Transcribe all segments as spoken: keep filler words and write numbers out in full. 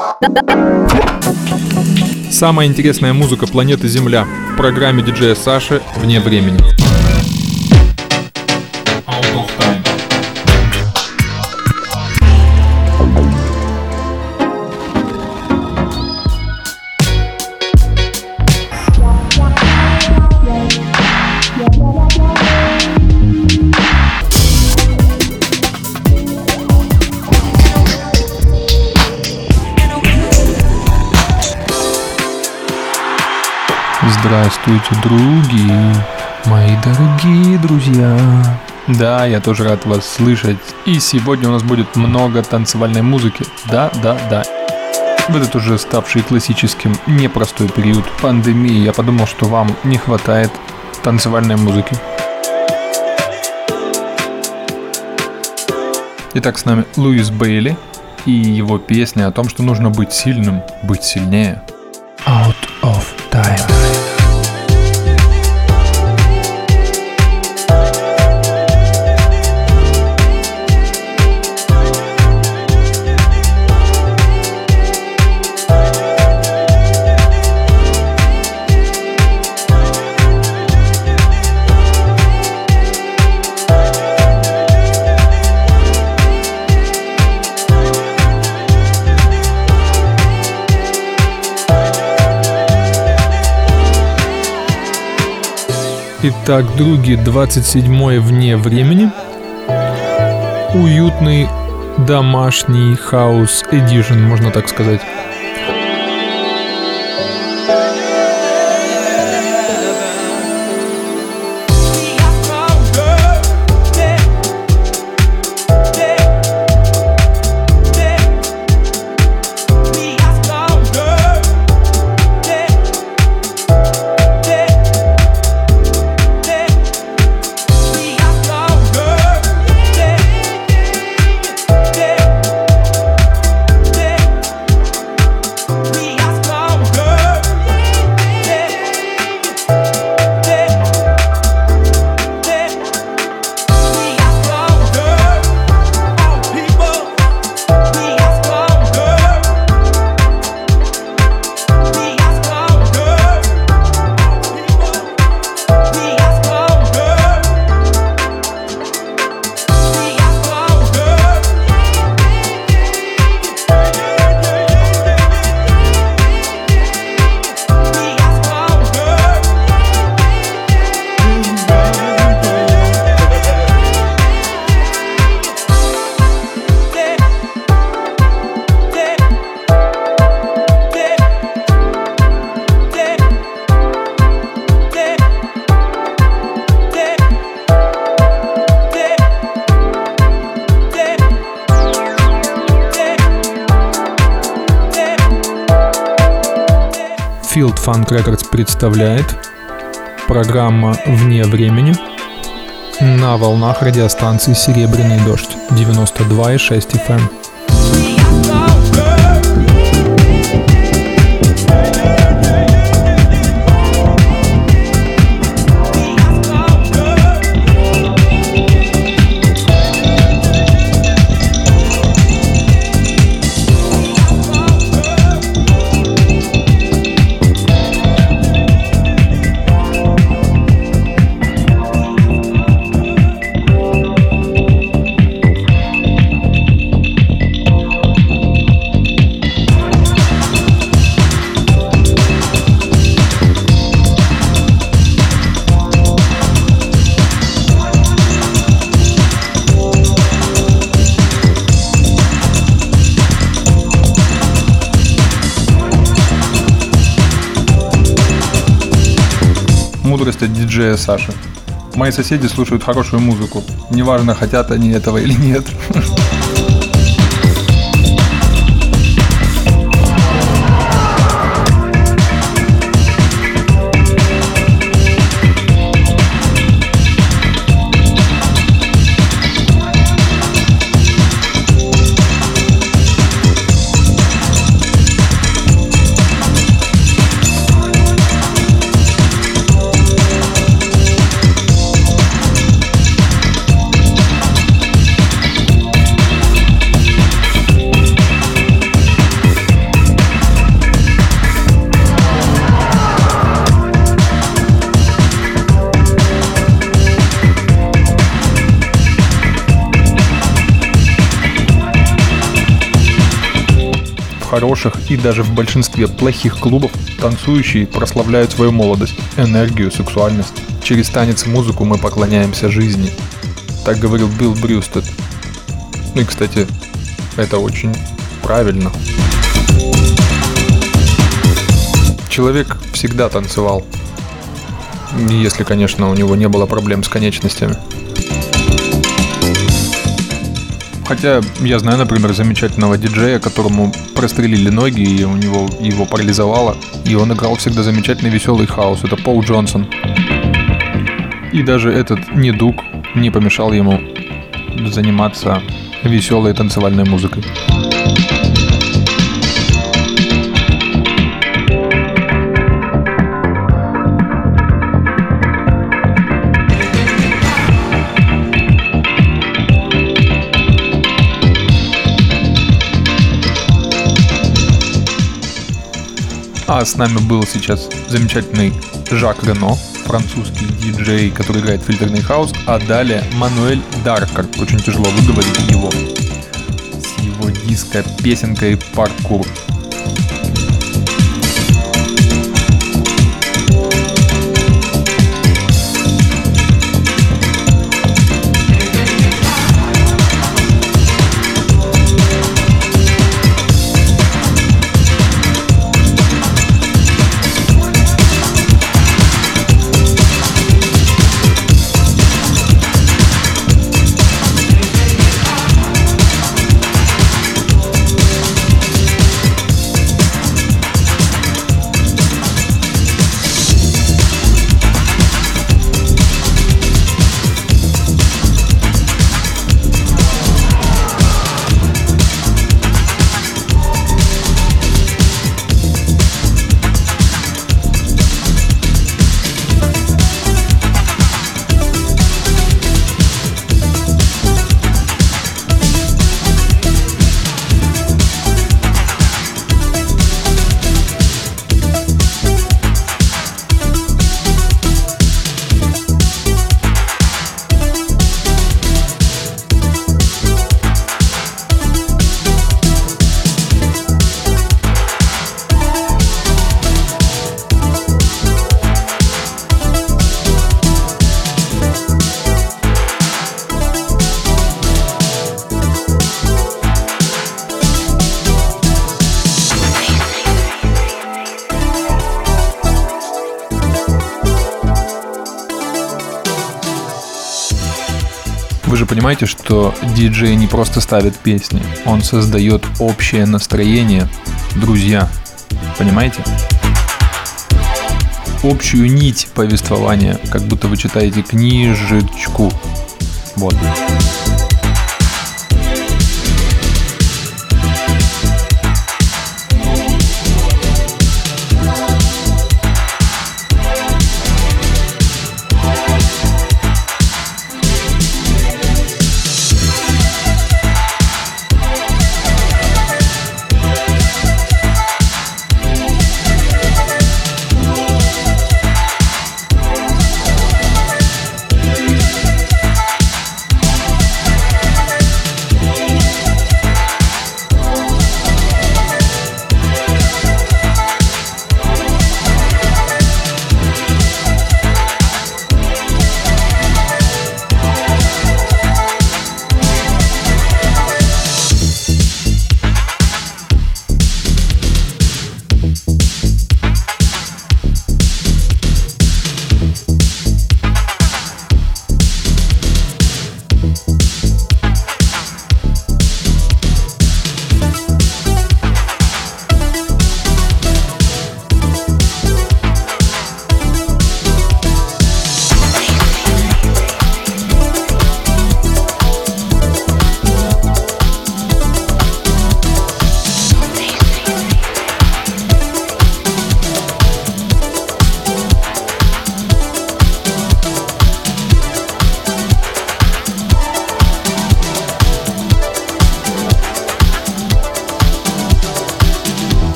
Самая интересная музыка планеты Земля в программе диджея Саши «Вне времени». Здравствуйте, другие, мои дорогие друзья. Да, я тоже рад вас слышать. И сегодня у нас будет много танцевальной музыки. Да, да, да. В этот уже ставший классическим непростой период пандемии я подумал, что вам не хватает танцевальной музыки. Итак, с нами Луис Бейли и его песня о том, что нужно быть сильным, быть сильнее. Out of time. Итак, други, двадцать седьмое вне времени. Уютный домашний хаус эдишн, можно так сказать. Field Funk Records представляет программа «Вне времени» на волнах радиостанции «Серебряный дождь» девяносто два и шесть эф эм. Мудрость от диджея Саши. Мои соседи слушают хорошую музыку. Неважно, хотят они этого или нет. хороших и даже в большинстве плохих клубов танцующие прославляют свою молодость, энергию, сексуальность. Через танец и музыку мы поклоняемся жизни. Так говорил Билл Брюстед. Ну и, кстати, это очень правильно. Человек всегда танцевал. Если, конечно, у него не было проблем с конечностями. Хотя я знаю, например, замечательного диджея, которому прострелили ноги, и у него его парализовало. И он играл всегда замечательный веселый хаус. Это Пол Джонсон. И даже этот недуг не помешал ему заниматься веселой танцевальной музыкой. А с нами был сейчас замечательный Жак Рено, французский диджей, который играет фильтрный хаус, а далее Мануэль Даркар, очень тяжело выговорить его, с его диско-песенкой «Паркур». Вы же понимаете, что диджей не просто ставит песни, он создает общее настроение. Друзья, понимаете? Общую нить повествования, как будто вы читаете книжечку. Вот.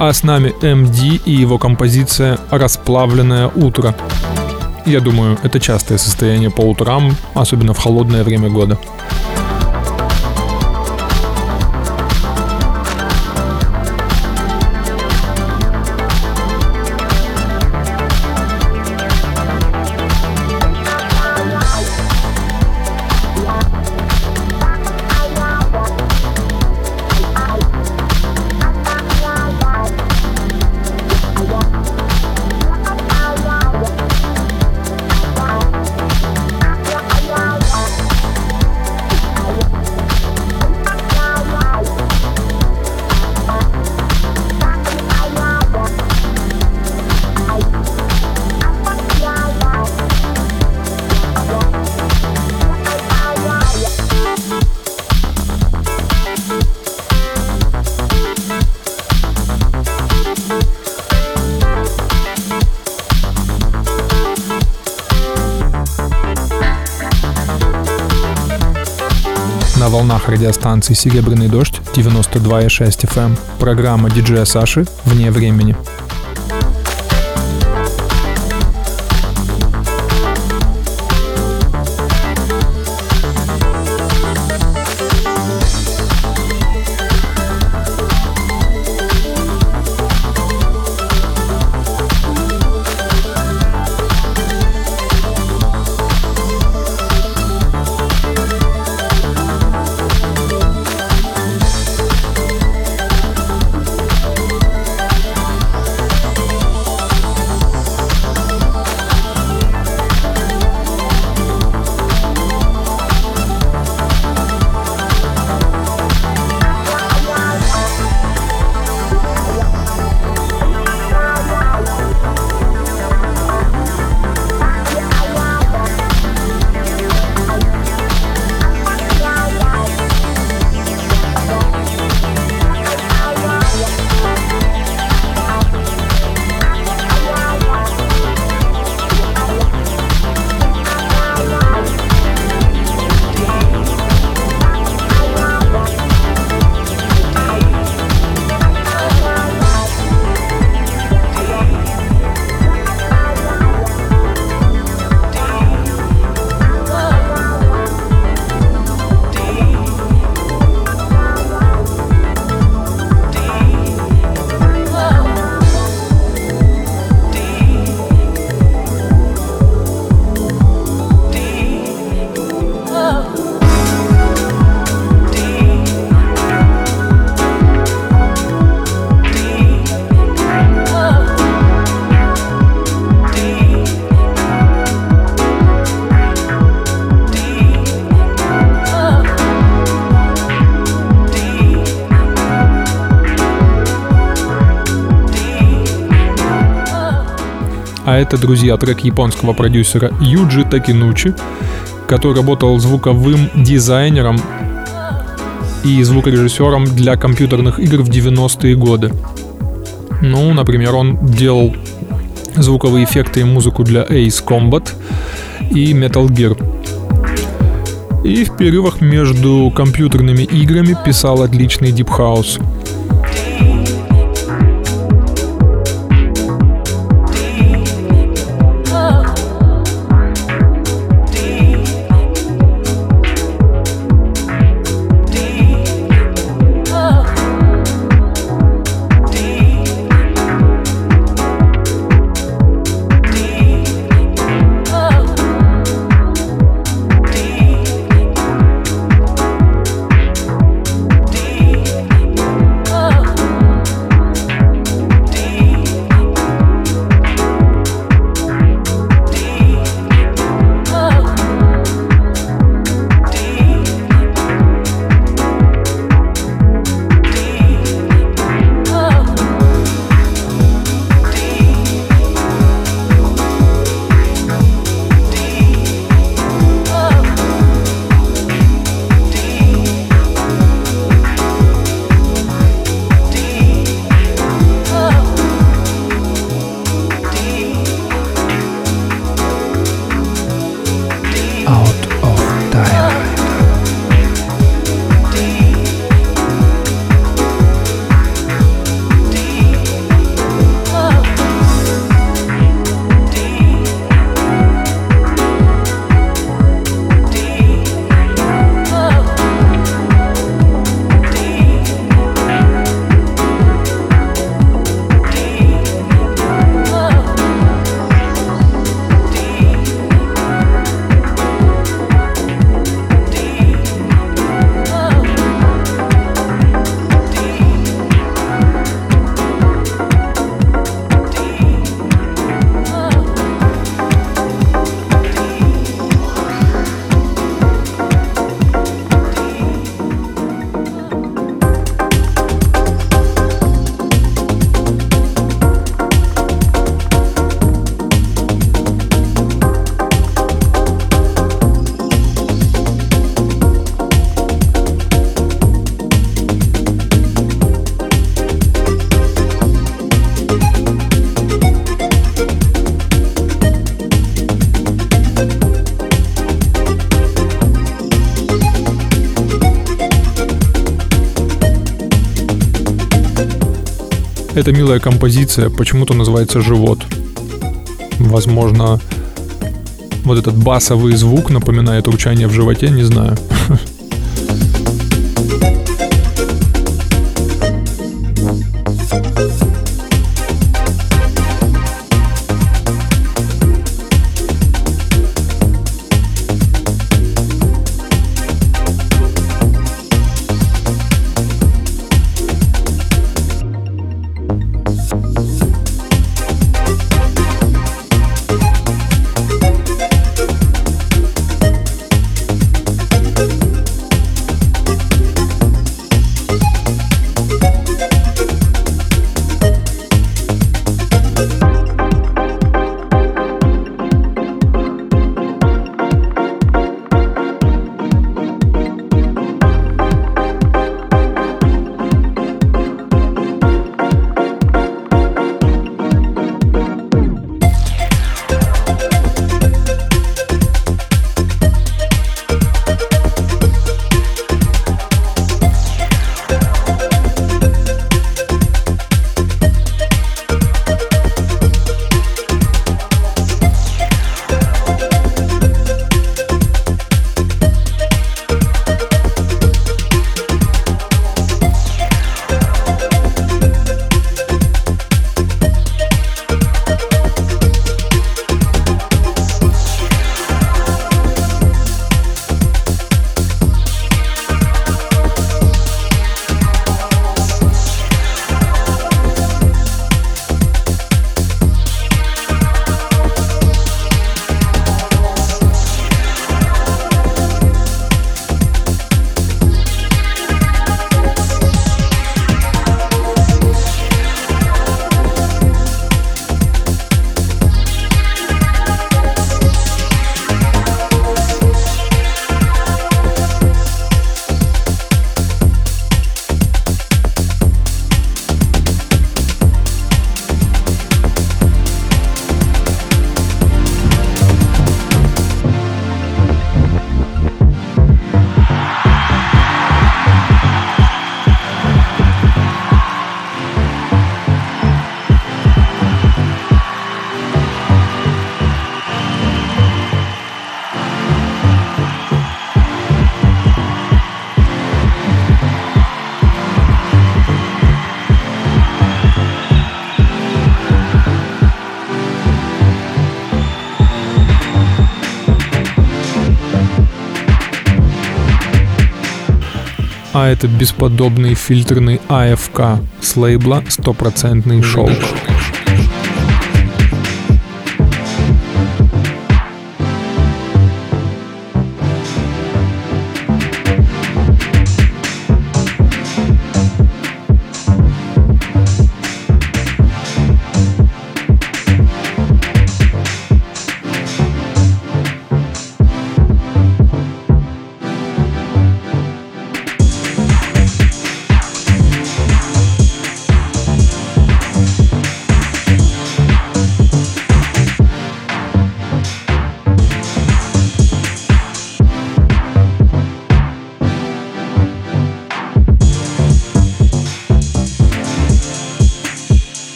А с нами эм ди и его композиция «Расплавленное утро». Я думаю, это частое состояние по утрам, особенно в холодное время года. На волнах радиостанции «Серебряный дождь» девяносто два и шесть эф эм. Программа диджея Саши «Вне времени». А это, друзья, трек японского продюсера Юджи Такинучи, который работал звуковым дизайнером и звукорежиссером для компьютерных игр в девяностые годы. Ну, например, он делал звуковые эффекты и музыку для Ace Combat и Metal Gear. И в перерывах между компьютерными играми писал отличный Deep House. Oh Эта милая композиция почему-то называется «Живот». Возможно, вот этот басовый звук напоминает урчание в животе, не знаю. А это бесподобный фильтрный АФК с лейбла «Стопроцентный шоу».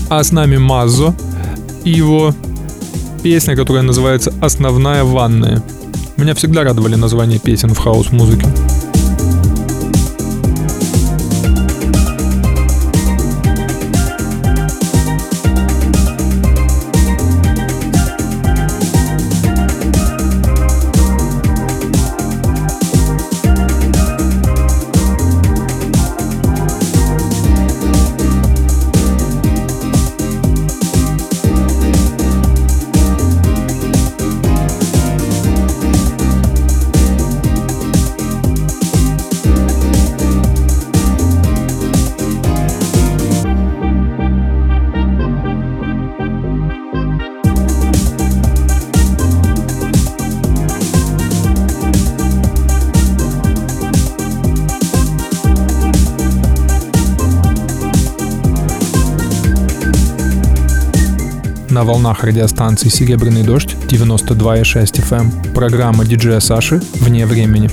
А с нами Маззо и его песня, которая называется «Основная ванная». Меня всегда радовали названия песен в хаус-музыке. На волнах радиостанции «Серебряный дождь» девяносто два и шесть эф эм. Программа диджея Саши «Вне времени».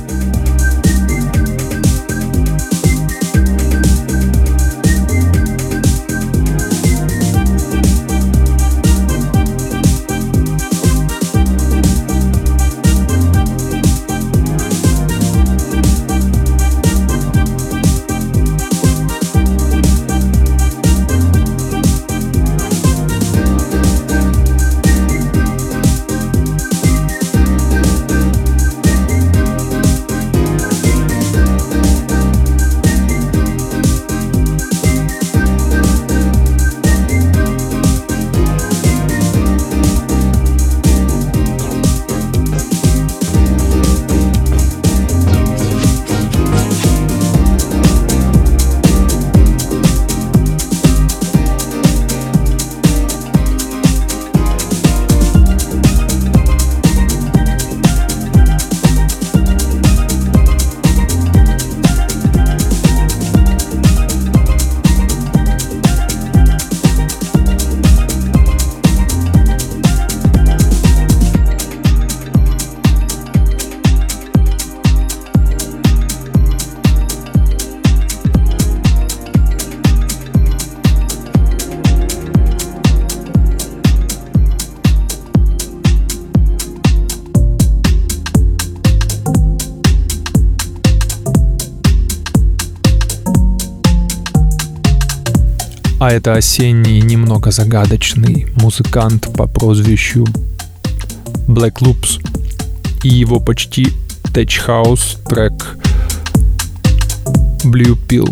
А это осенний, немного загадочный музыкант по прозвищу Black Loops и его почти Tech House трек Blue Pill.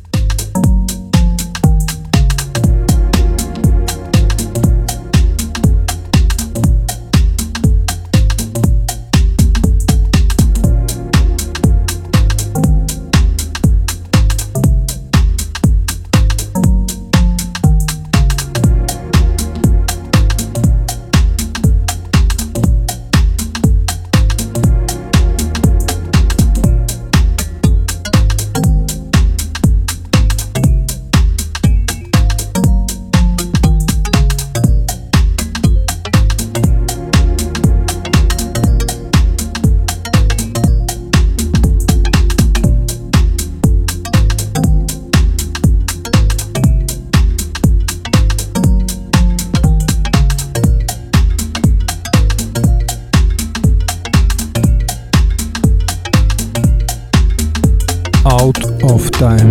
Out of Time.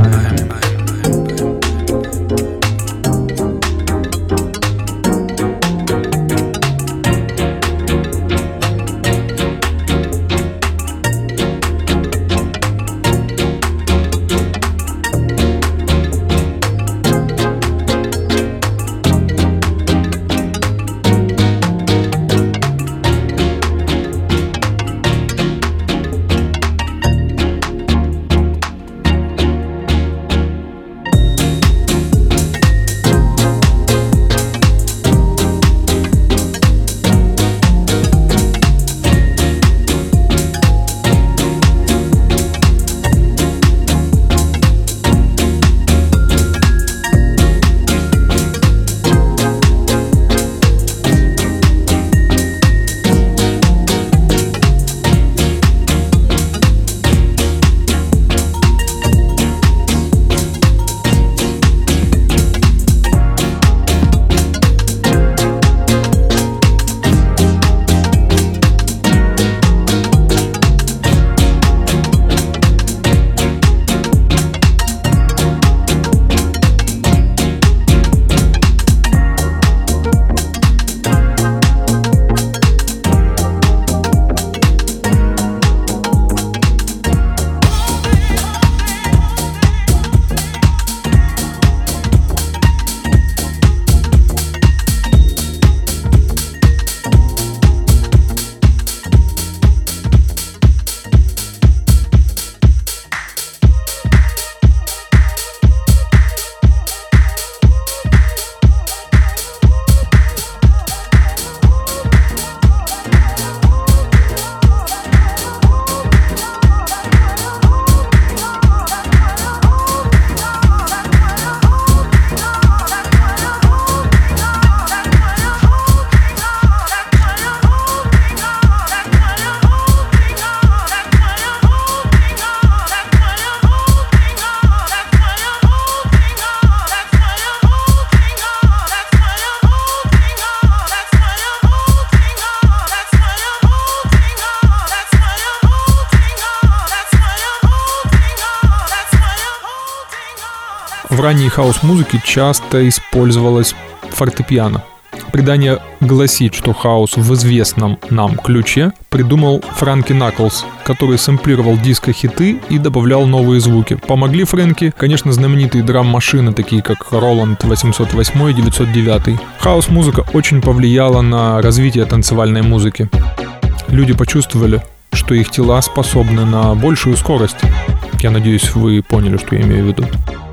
В ранней хаус-музыке часто использовалась фортепиано. Предание гласит, что хаус в известном нам ключе придумал Фрэнки Наклз, который сэмплировал диско-хиты и добавлял новые звуки. Помогли Фрэнки, конечно, знаменитые драм-машины, такие как Роланд восемьсот восемь и девятьсот девять. Хаус-музыка очень повлияла на развитие танцевальной музыки. Люди почувствовали, что их тела способны на большую скорость. Я надеюсь, вы поняли, что я имею в виду.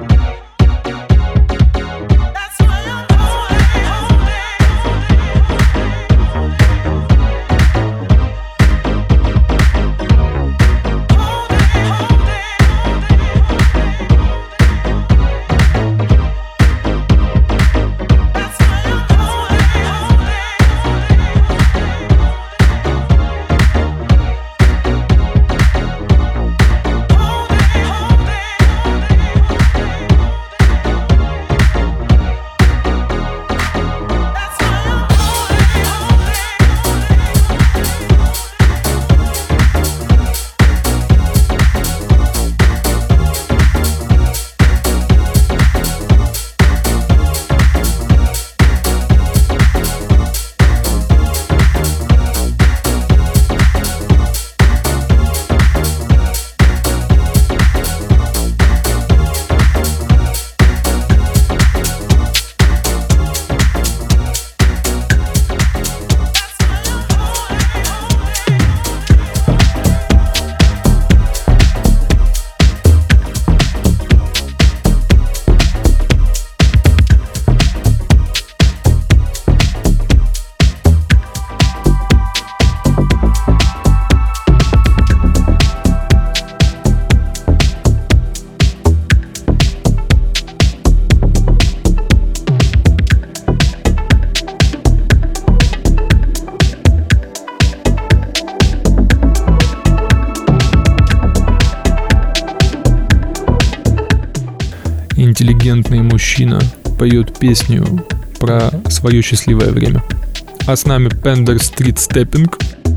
Интеллигентный мужчина поет песню про свое счастливое время. А с нами Pender Street Stepping.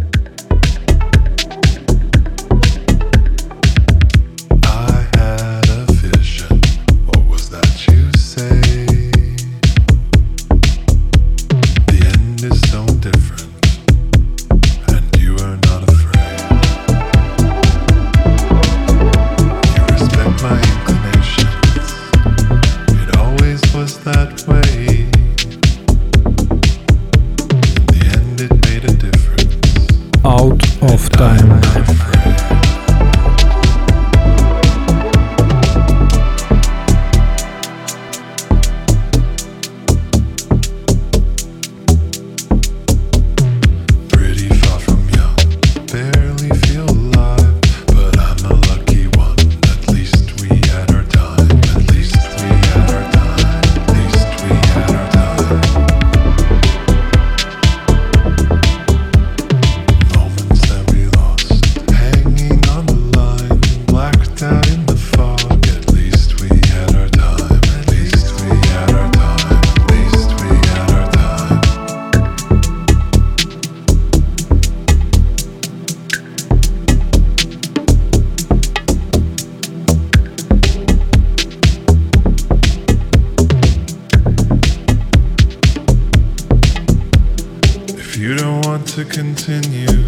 Of time. To continue,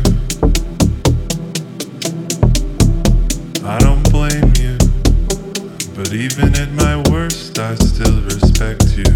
I don't blame you, but even at my worst I still respect you.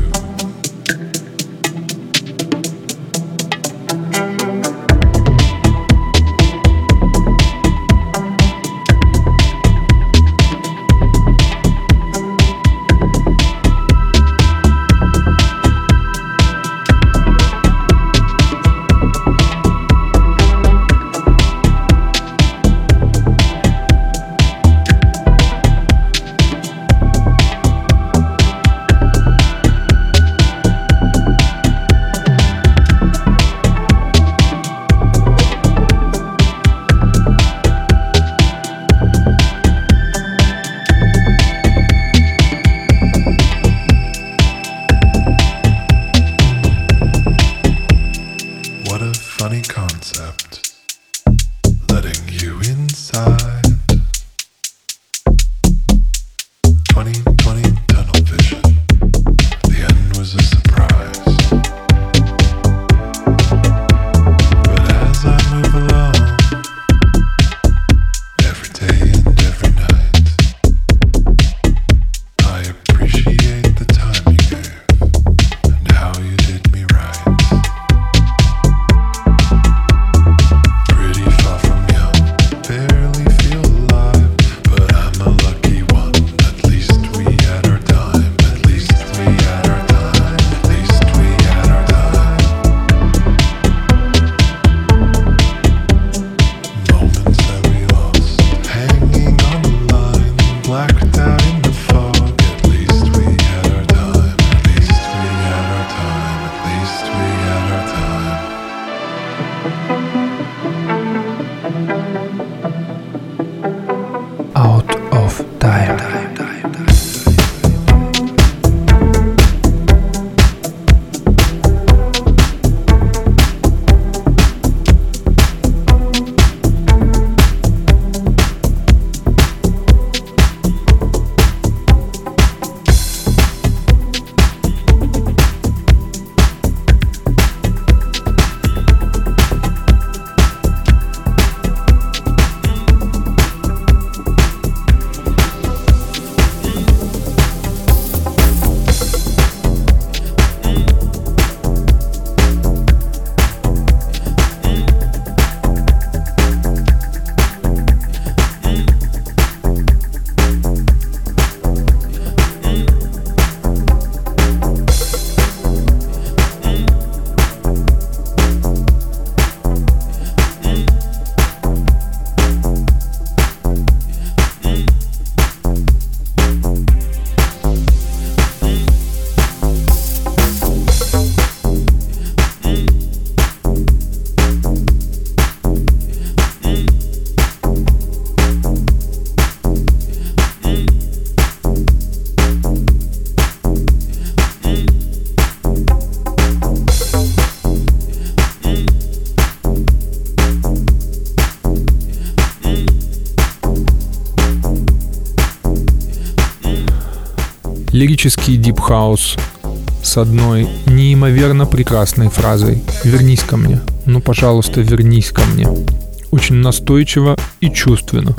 Лирический дип-хаус с одной неимоверно прекрасной фразой «Вернись ко мне, ну, пожалуйста, вернись ко мне». Очень настойчиво и чувственно.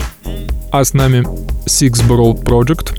А с нами Six Borough Project.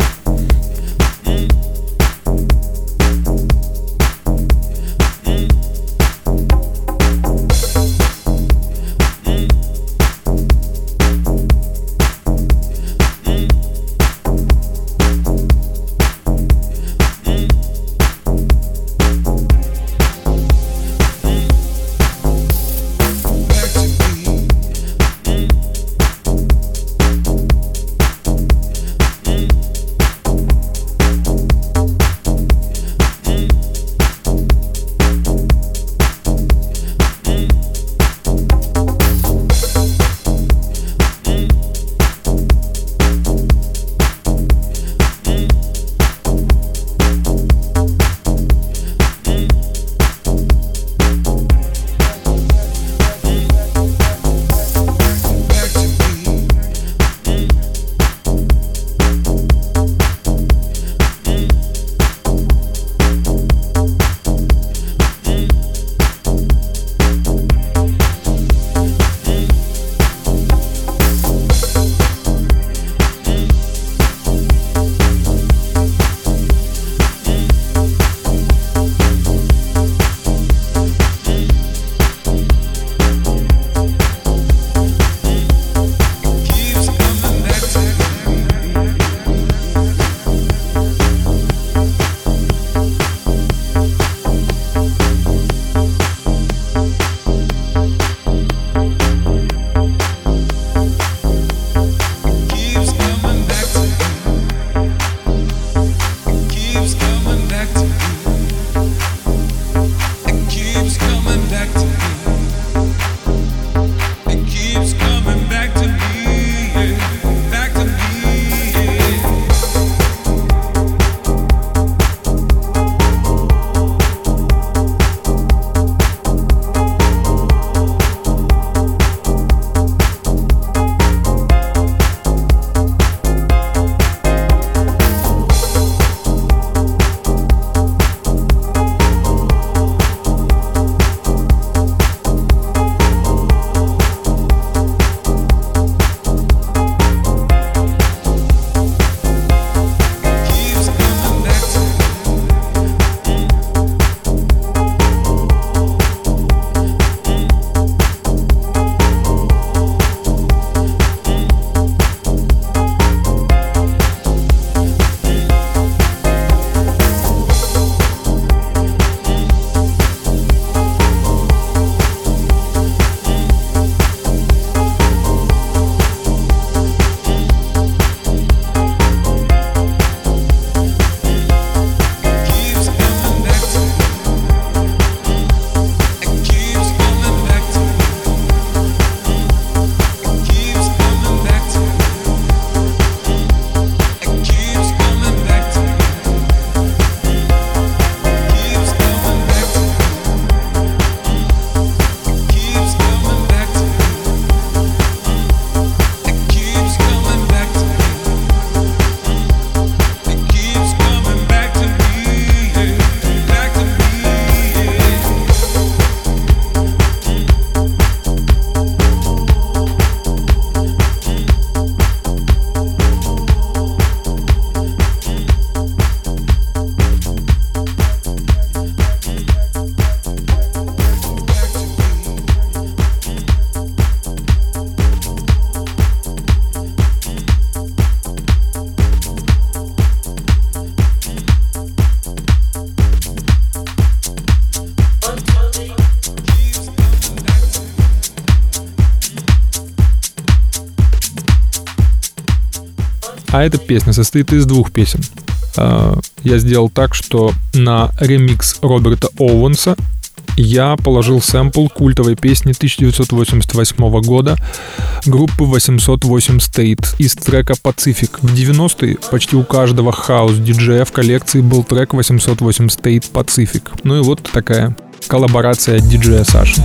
А эта песня состоит из двух песен. Я сделал так, что на ремикс Роберта Оуэнса я положил сэмпл культовой песни тысяча девятьсот восемьдесят восьмого года группы восемьсот восемь State из трека Pacific. В девяностые почти у каждого хаус-диджея в коллекции был трек восемьсот восемь State Pacific. Ну и вот такая коллаборация от диджея Саши.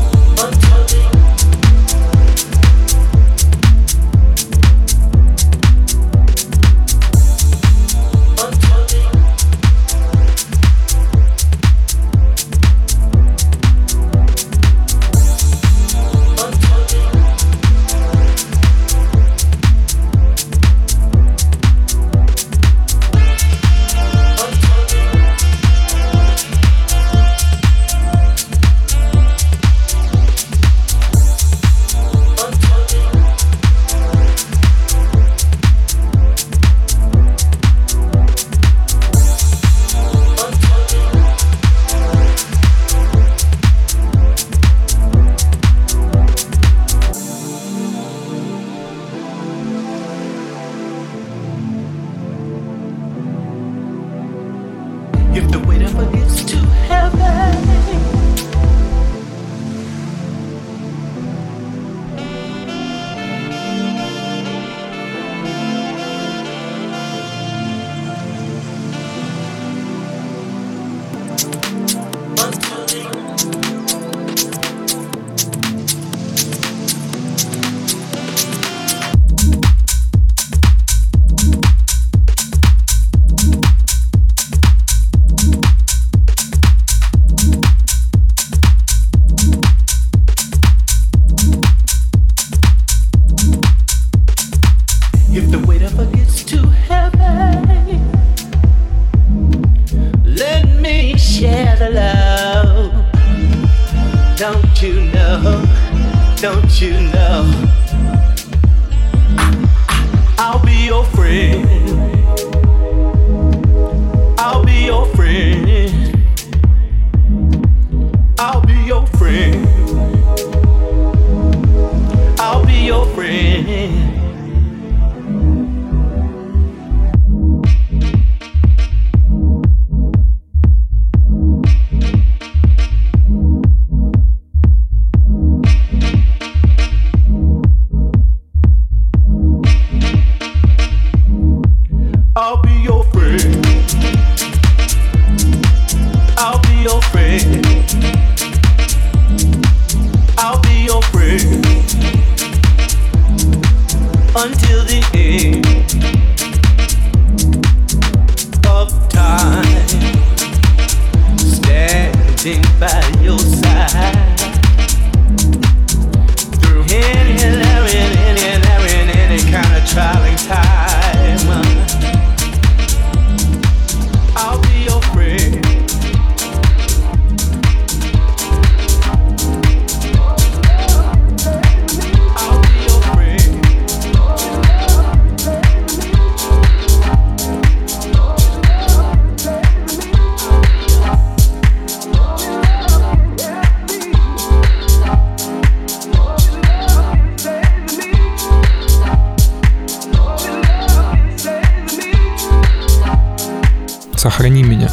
«Сохрани меня»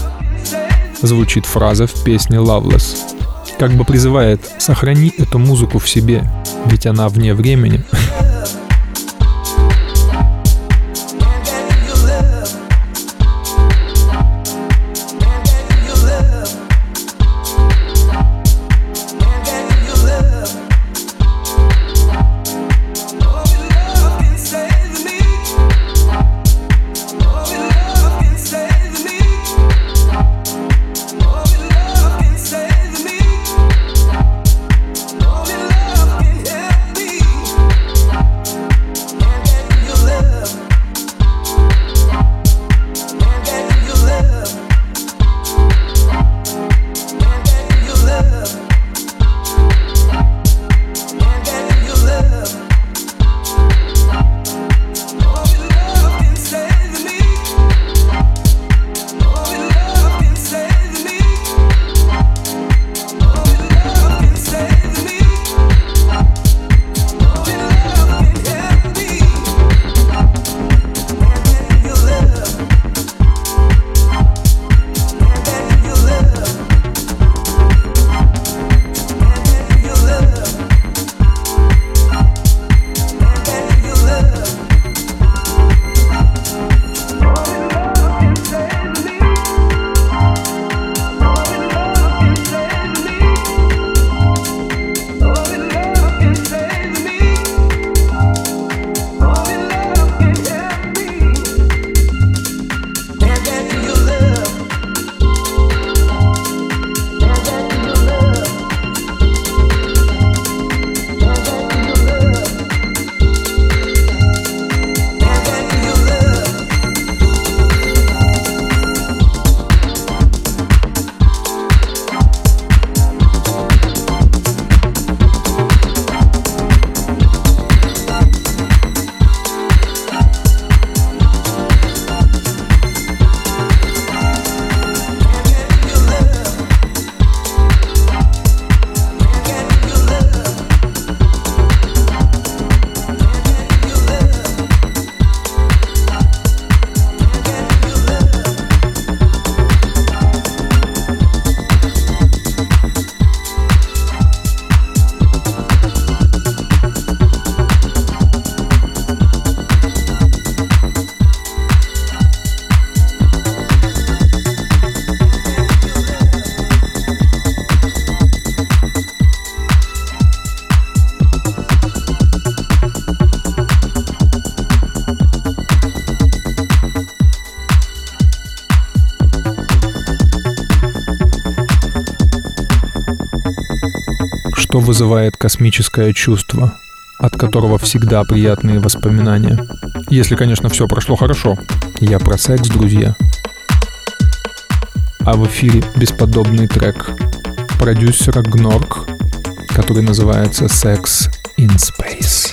звучит фраза в песне Loveless. Как бы призывает: сохрани эту музыку в себе, ведь она вне времени. что вызывает космическое чувство, от которого всегда приятные воспоминания. Если, конечно, все прошло хорошо. Я про секс, друзья. А в эфире бесподобный трек продюсера Гнорк, который называется «Sex in Space».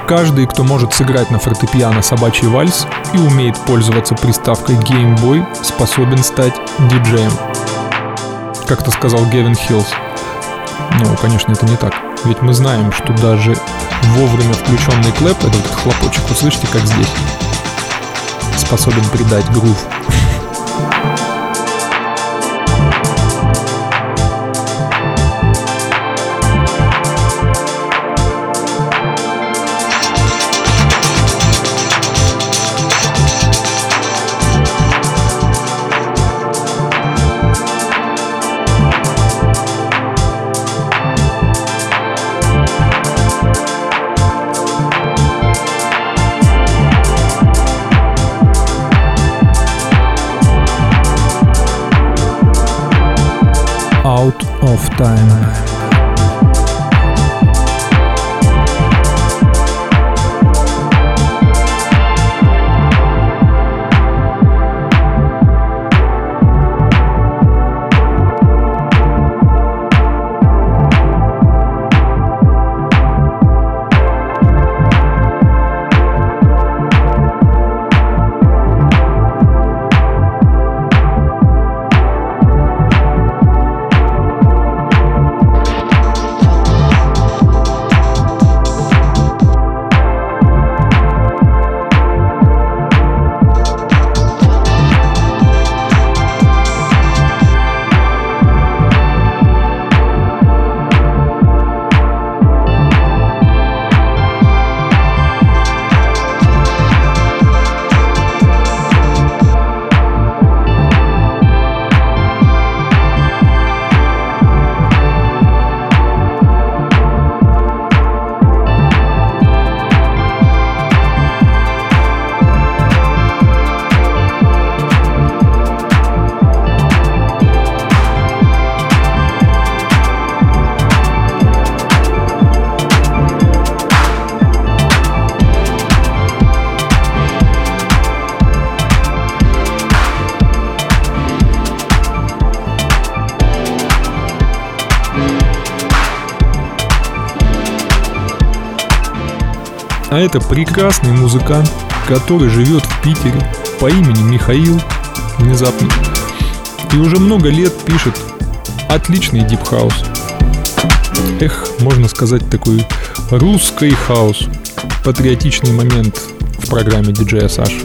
Каждый, кто может сыграть на фортепиано собачий вальс и умеет пользоваться приставкой Game Boy, способен стать диджеем. Как-то сказал Гевин Хиллс. Ну, конечно, это не так. Ведь мы знаем, что даже вовремя включенный клэп, это вот этот хлопочек, вы слышите, как здесь, способен придать грув. Out of Time. А это прекрасный музыкант, который живет в Питере по имени Михаил, внезапно, и уже много лет пишет отличный дип-хаус. Эх, можно сказать, такой русский хаус. Патриотичный момент в программе диджея Саши.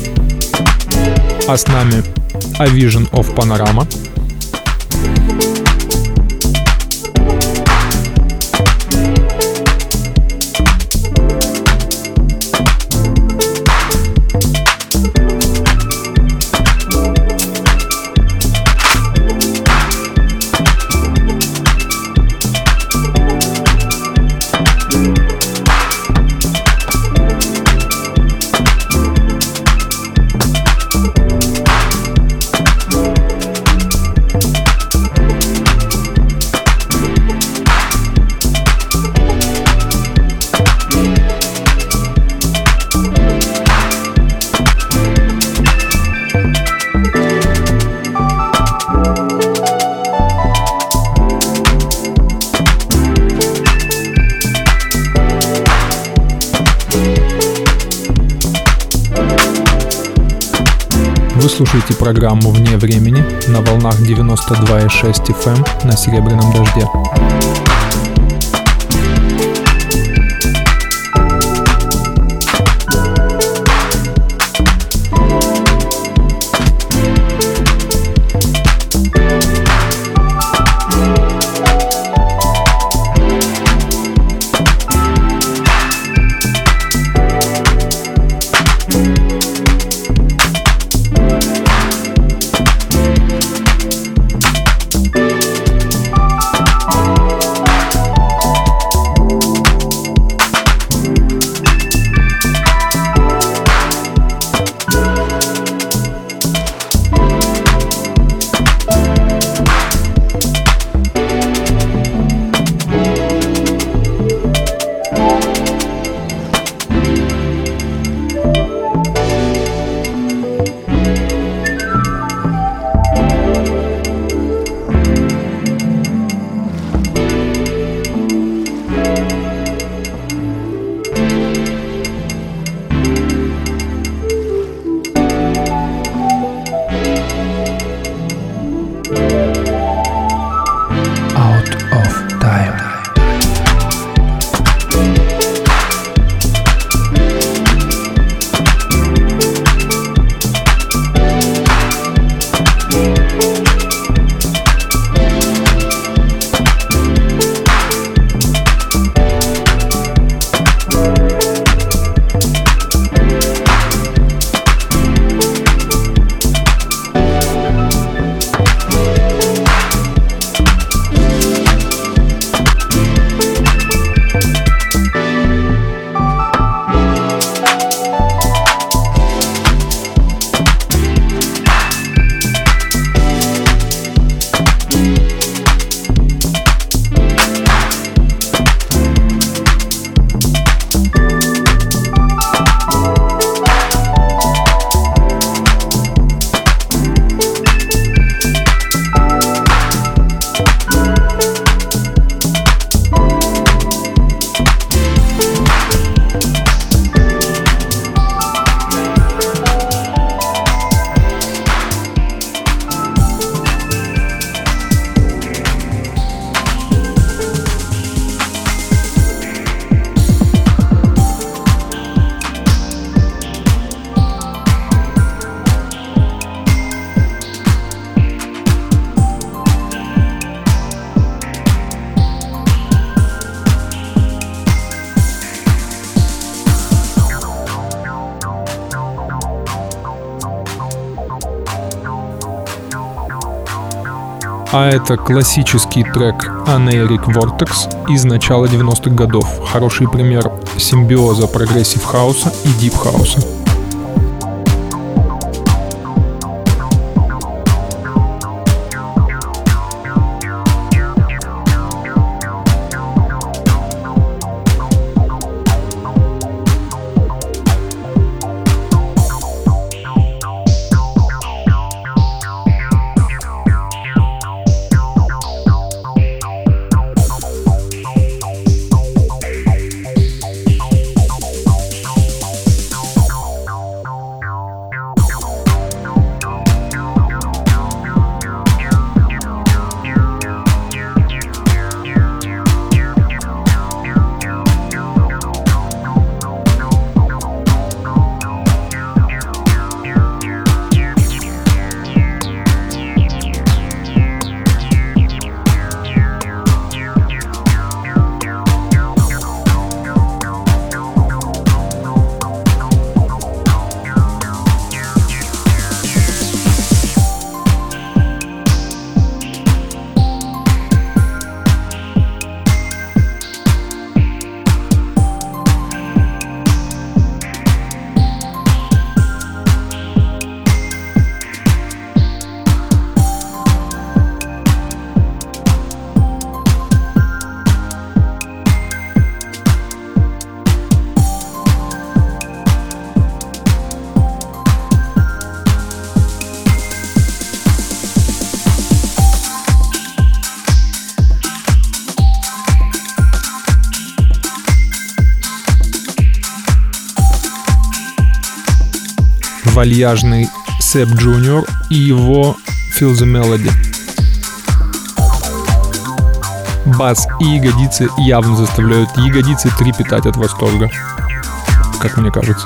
А с нами A Vision of Panorama. Вы слушаете программу «Вне времени» на волнах девяносто два и шесть эф эм на Серебряном дожде. А это классический трек Anaeric Vortex из начала девяностых годов. Хороший пример симбиоза прогрессив хауса и дип хауса. Вальяжный Сэп Джуниор и его Feel the Melody. Бас и ягодицы явно заставляют ягодицы трепетать от восторга, как мне кажется.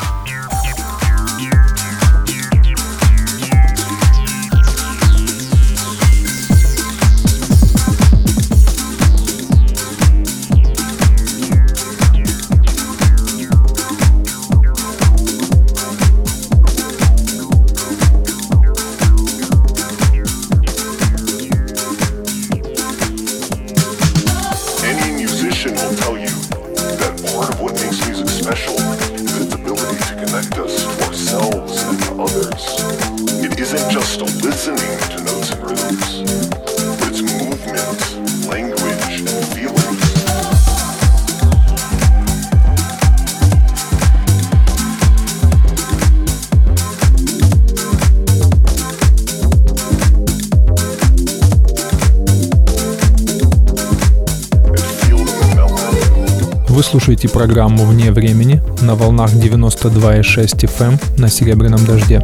Вы слушаете программу «Вне времени» на волнах девяносто два и шесть эф эм на Серебряном дожде.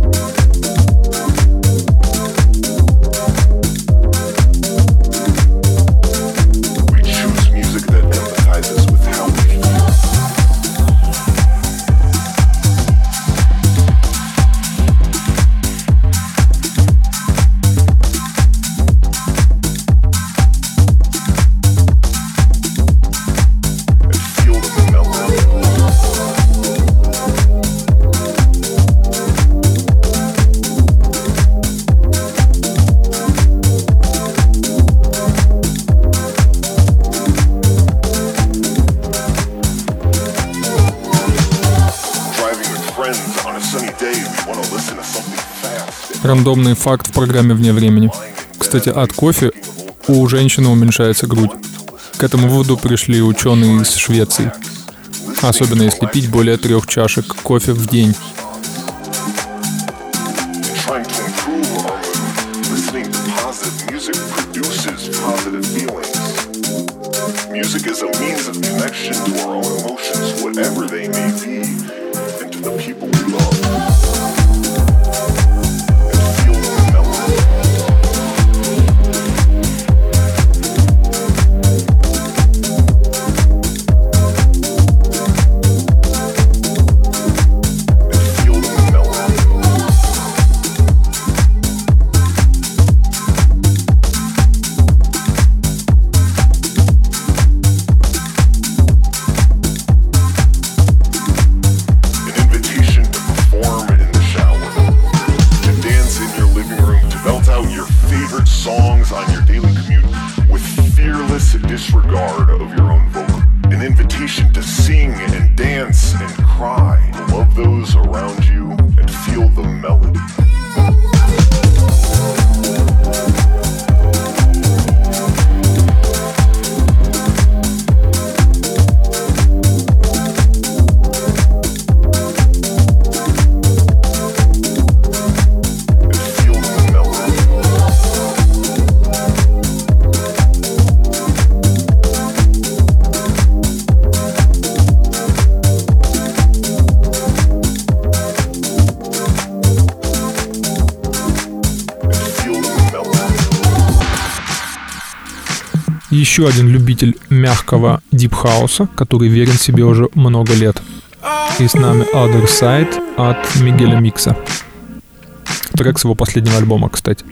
Рандомный факт в программе «Вне времени». Кстати, от кофе у женщины уменьшается грудь. К этому выводу пришли ученые из Швеции. Особенно если пить более трех чашек кофе в день. try to love those around you and feel the melody. Еще один любитель мягкого дипхауса, который верен себе уже много лет. И с нами Other Side от Мигеля Микса. Трек с его последнего альбома, кстати.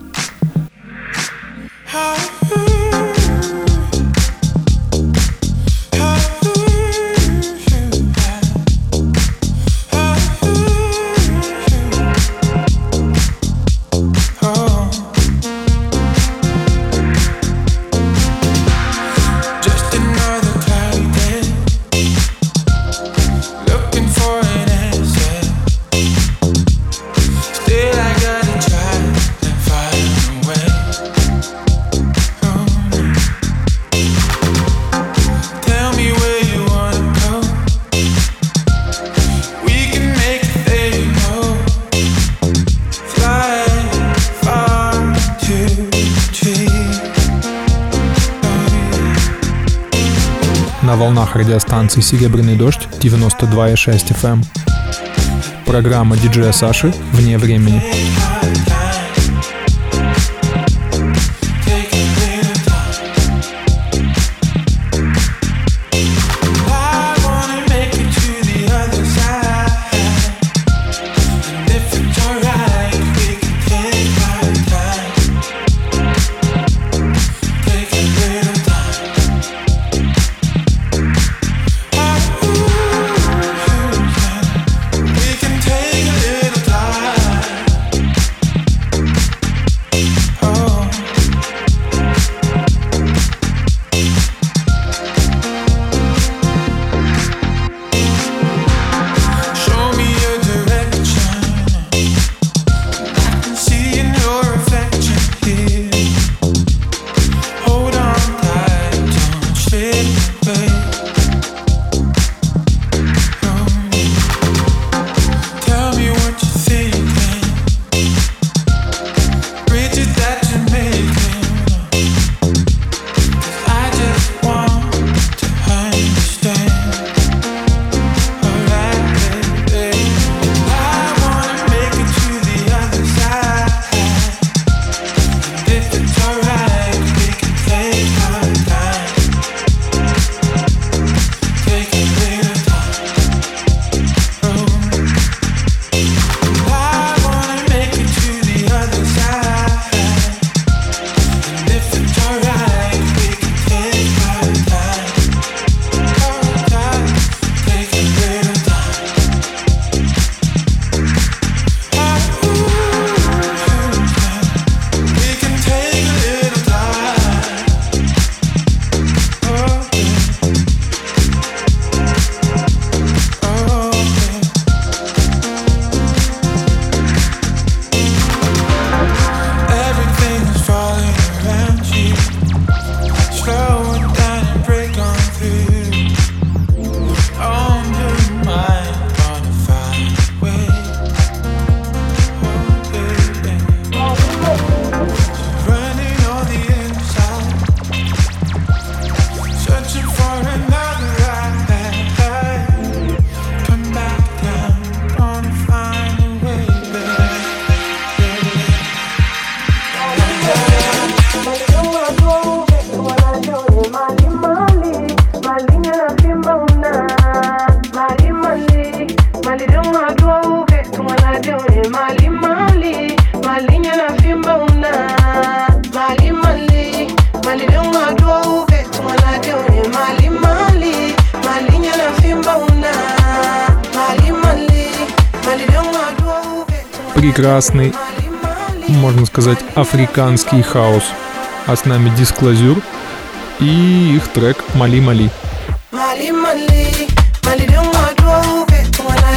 На волнах радиостанции «Серебряный дождь» девяносто два и шесть эф эм. Программа диджея Саши «Вне времени». Прекрасный, можно сказать, африканский хаус. А с нами Disclosure и их трек «Мали Мали».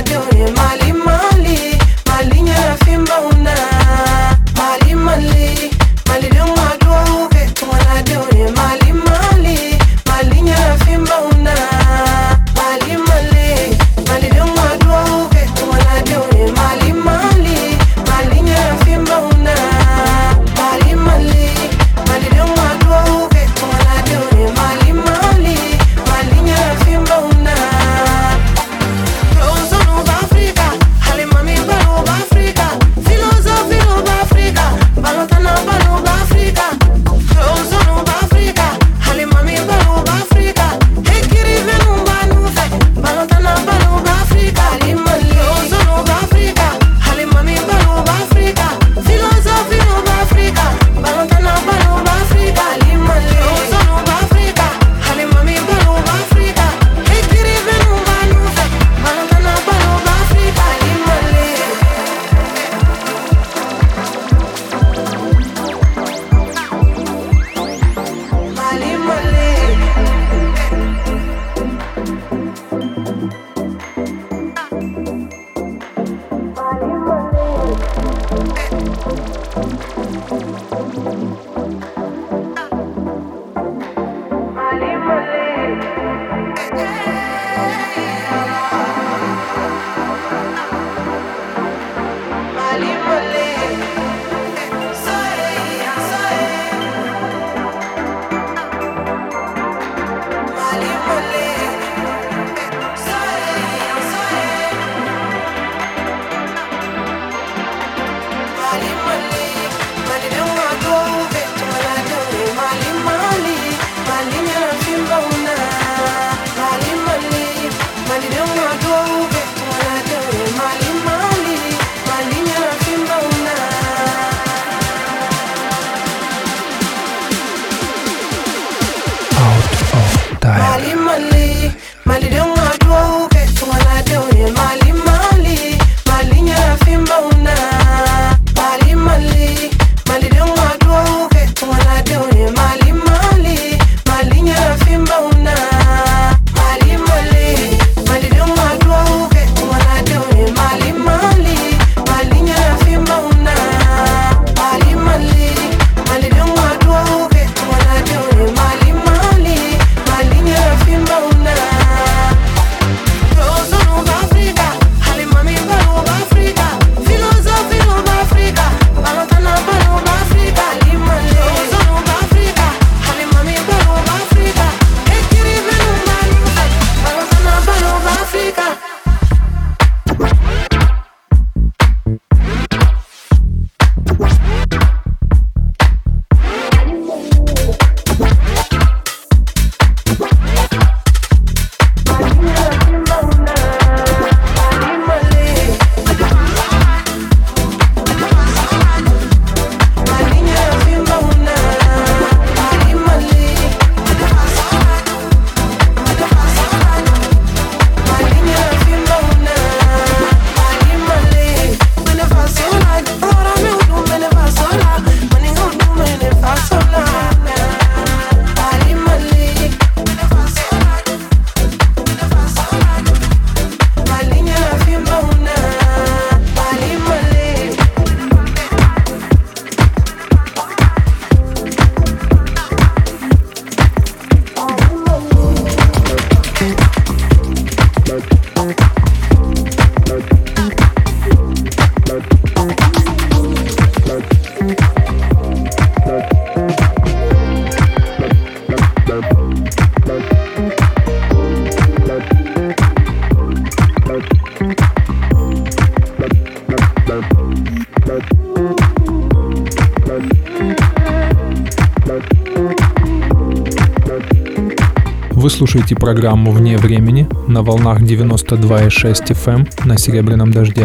Вы слушаете программу «Вне времени» на волнах девяносто два и шесть эф эм на Серебряном дожде.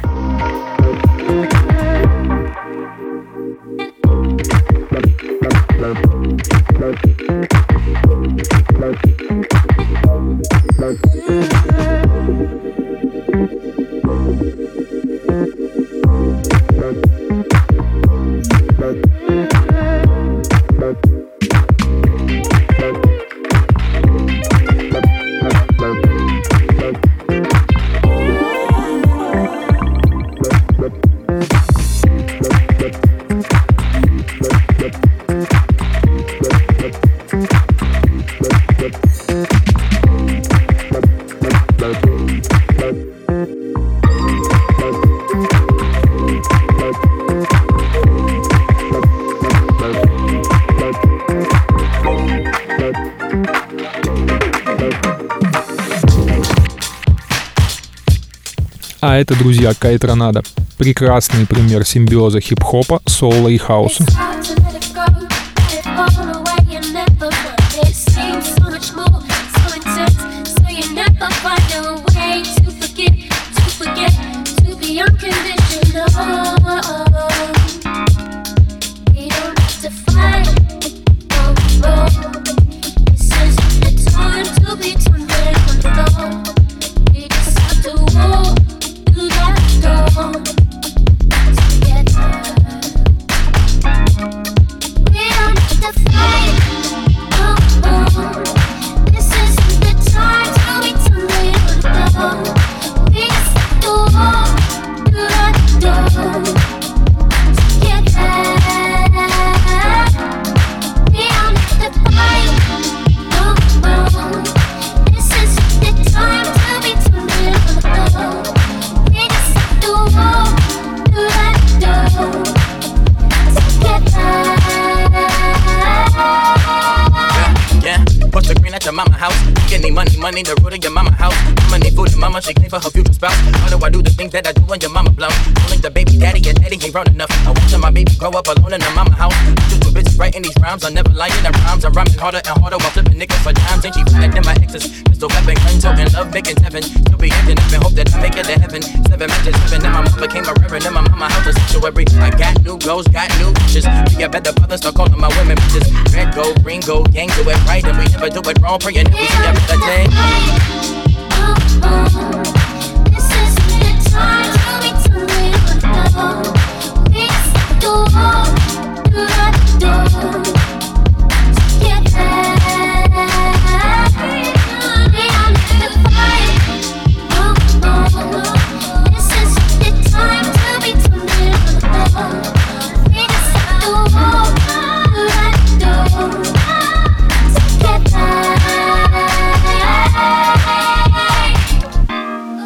А это, друзья, Кайтранада. Прекрасный пример симбиоза хип-хопа, соула и хауса. Money, the root of your mama house. Mama need food and mama she clean for her future spouse. How do I do the things that I do when your mama blow? Don't link the baby daddy and daddy ain't grown enough. I want my baby grow up alone in the mama house. Just two bitches writing these rhymes, I'm never lying. The rhymes I'm rhyming harder and harder while flipping niggas for dimes. Ain't she flying than my exes? Pistol weapon, gun toting, love making heaven. Still be acting up and hope that I make it to heaven. Seven matches, seven, and my mama became a reverend. In my mama house a sanctuary. I got new goals, got new bitches. We got better brothers, start calling my women bitches. Red gold, green gold, gang do it right, and we never do it wrong. Praying that we see that better day. This is the time to be tumbling down. We just do all do that do together. We are the fight. Oh, oh. This is the time to be tumbling down. We just do all do that do together.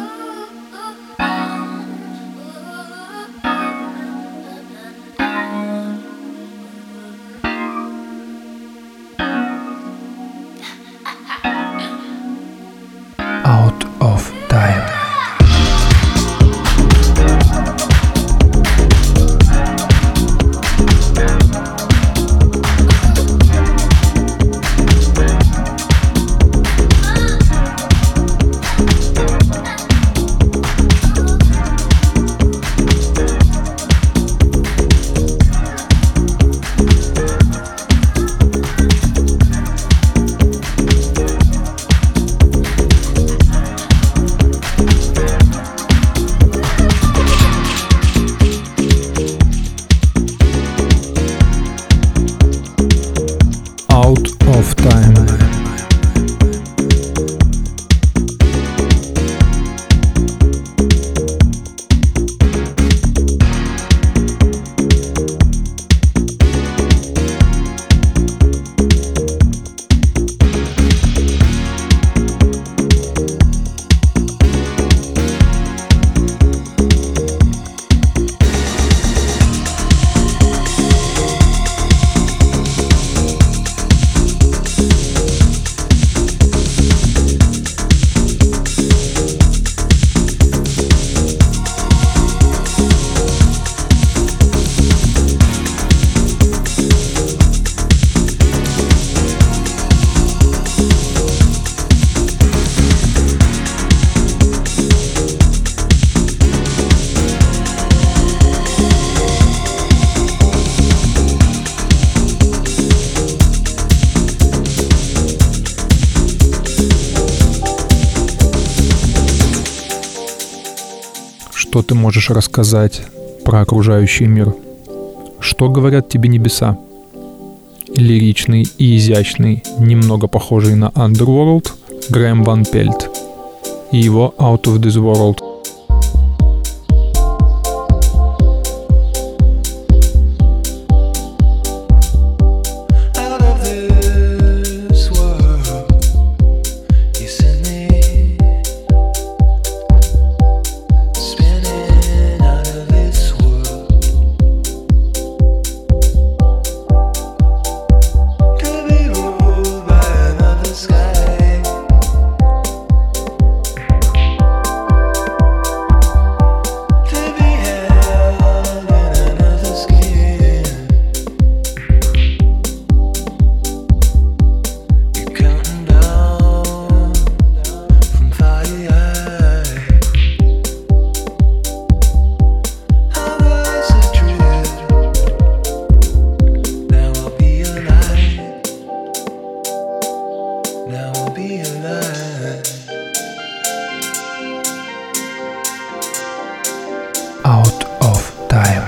что ты можешь рассказать про окружающий мир? Что говорят тебе небеса? Лиричный и изящный, немного похожий на Underworld, Грэм Ван Пельт и его Out of This World. Out of Time.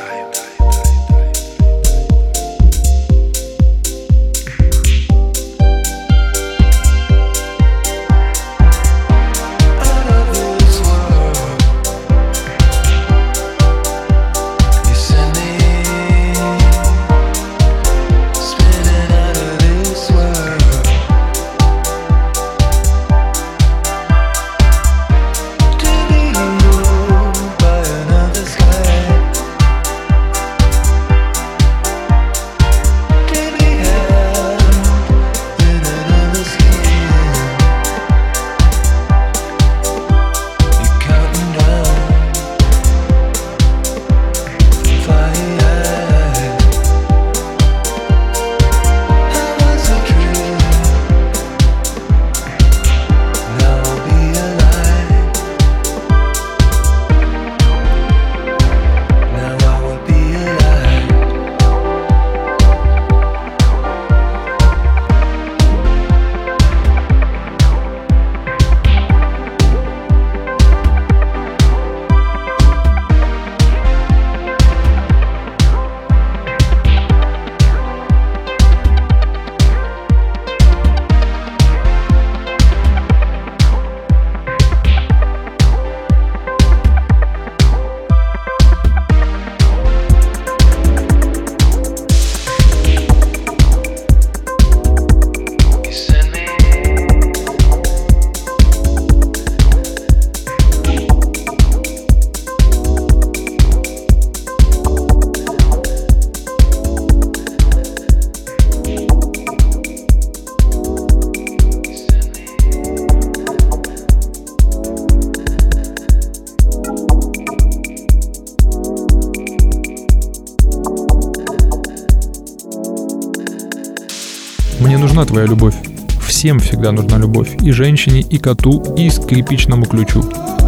Мне нужна твоя любовь. Всем всегда нужна любовь. И женщине, и коту, и скрипичному ключу.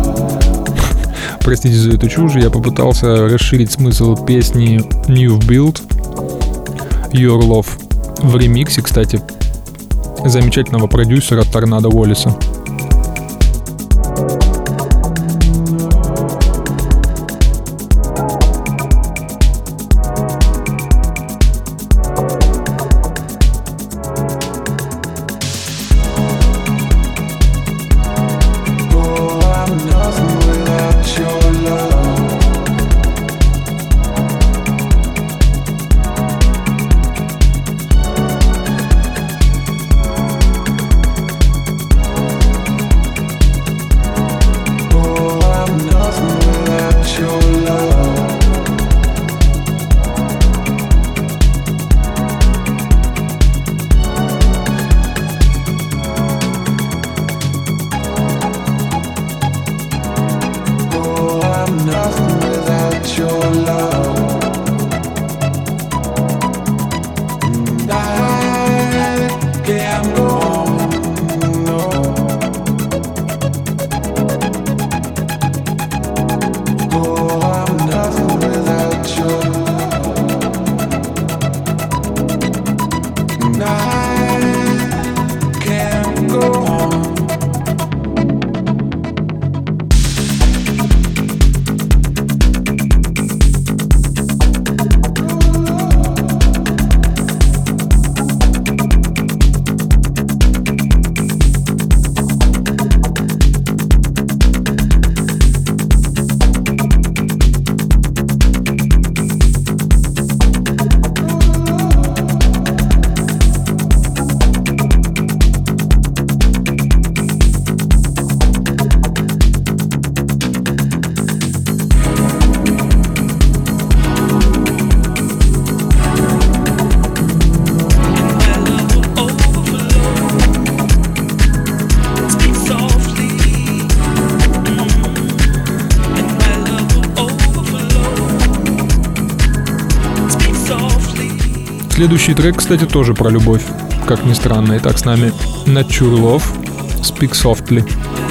Простите за эту чушь, я попытался расширить смысл песни New Build Your Love в ремиксе, кстати, замечательного продюсера Торнадо Уоллиса. Следующий трек, кстати, тоже про любовь, как ни странно. Итак, с нами Nature Love, Speak Softly.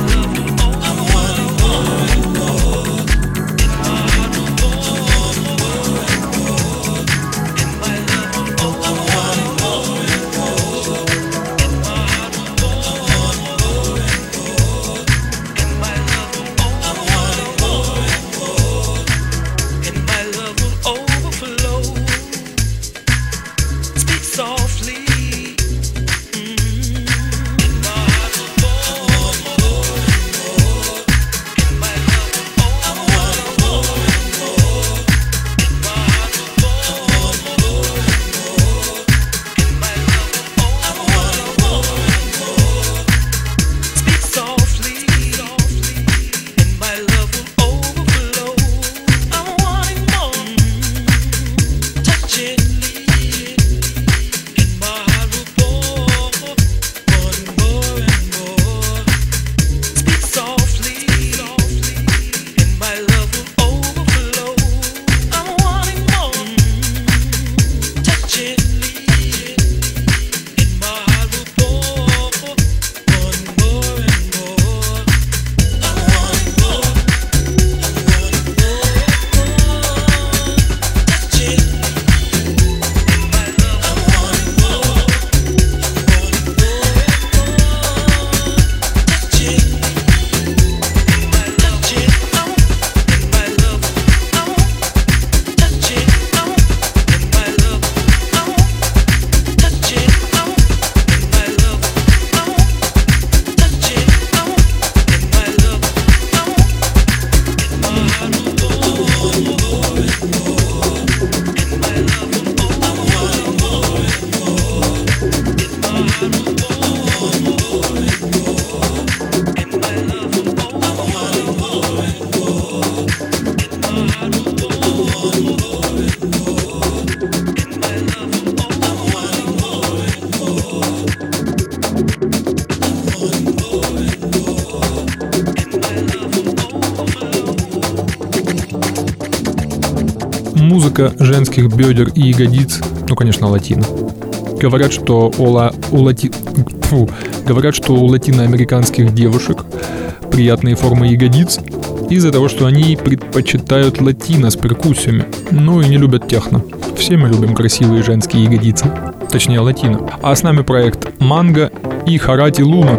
Музыка женских бедер и ягодиц, ну, конечно, латино. Говорят, что у, ла, у, лати, фу, говорят, что у латиноамериканских девушек приятные формы ягодиц из-за того, что они предпочитают латино с перкуссиями, ну и не любят техно. Все мы любим красивые женские ягодицы, точнее латино. А с нами проект Манго и Харати Луна.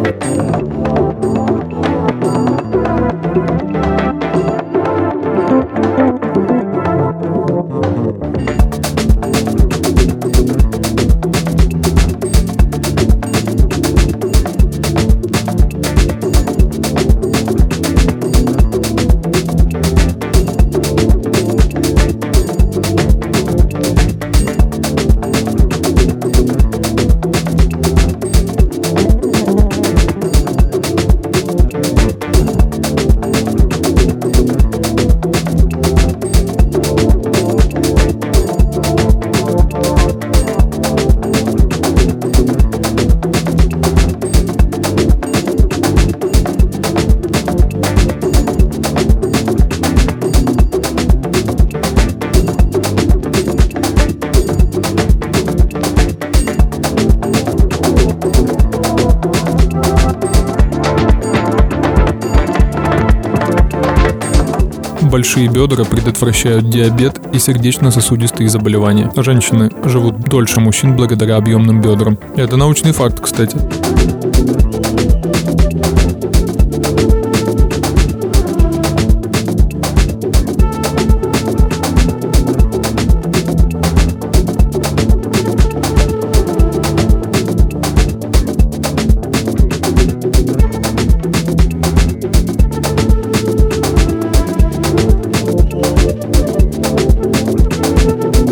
Большие бедра предотвращают диабет и сердечно-сосудистые заболевания. Женщины живут дольше мужчин благодаря объемным бедрам. Это научный факт, кстати.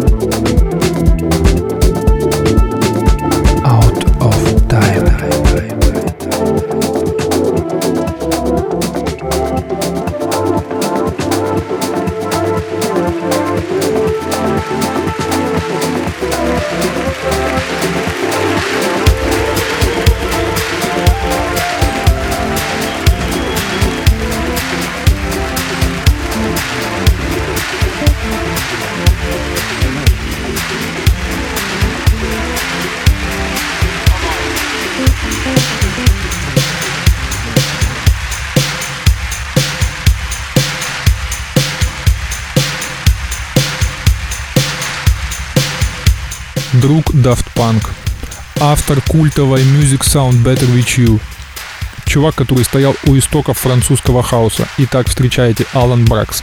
Out of time. друг Daft Punk, автор культовой Music Sound Better With You, чувак, который стоял у истоков французского хауса. Итак, встречайте Алан Бракс.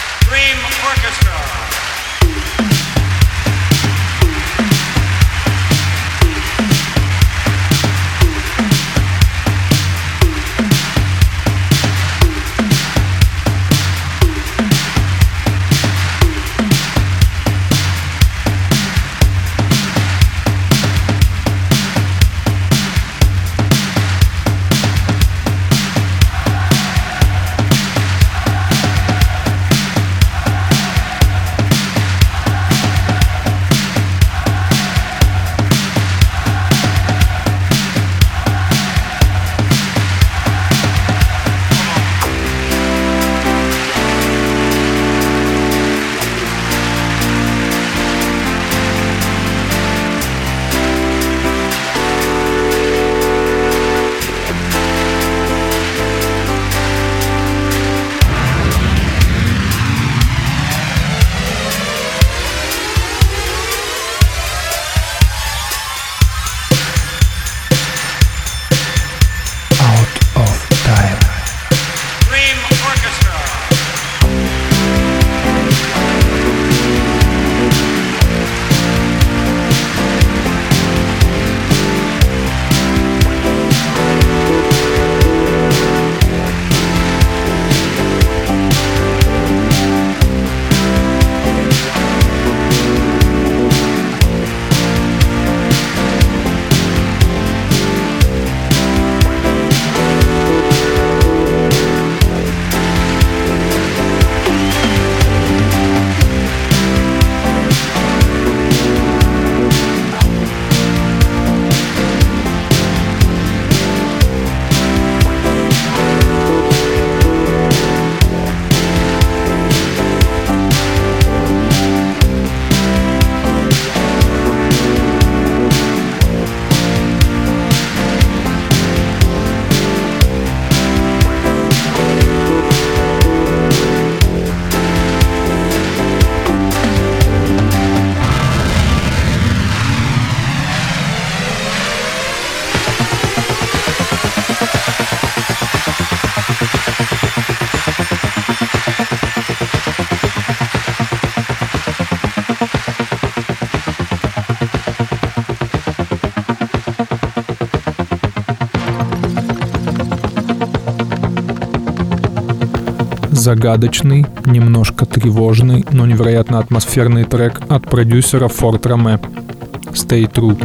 Загадочный, немножко тревожный, но невероятно атмосферный трек от продюсера Форт Роме «Stay True».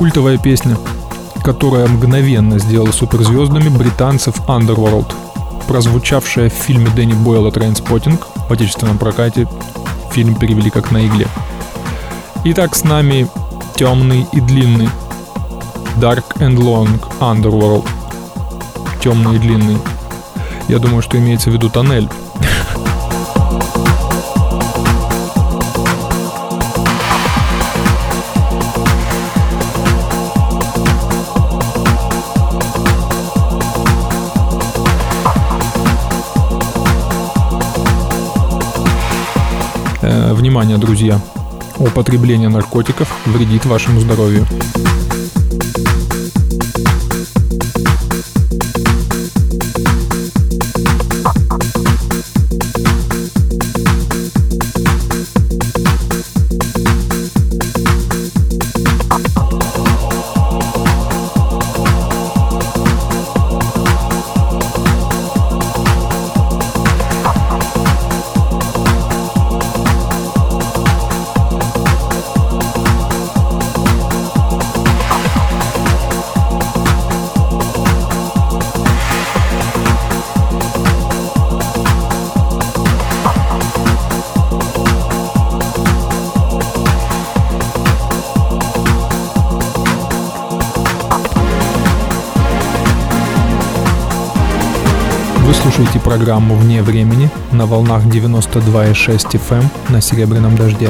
культовая песня, которая мгновенно сделала суперзвездами британцев Underworld, прозвучавшая в фильме Дэнни Бойла «Трейнспоттинг». В отечественном прокате фильм перевели как «На игле». Итак, с нами темный и длинный Dark and Long Underworld. Темный и длинный. Я думаю, что имеется в виду тоннель. Э, внимание, друзья! Употребление наркотиков вредит вашему здоровью. Слушайте программу «Вне времени» на волнах девяносто два и шесть эф эм на Серебряном дожде.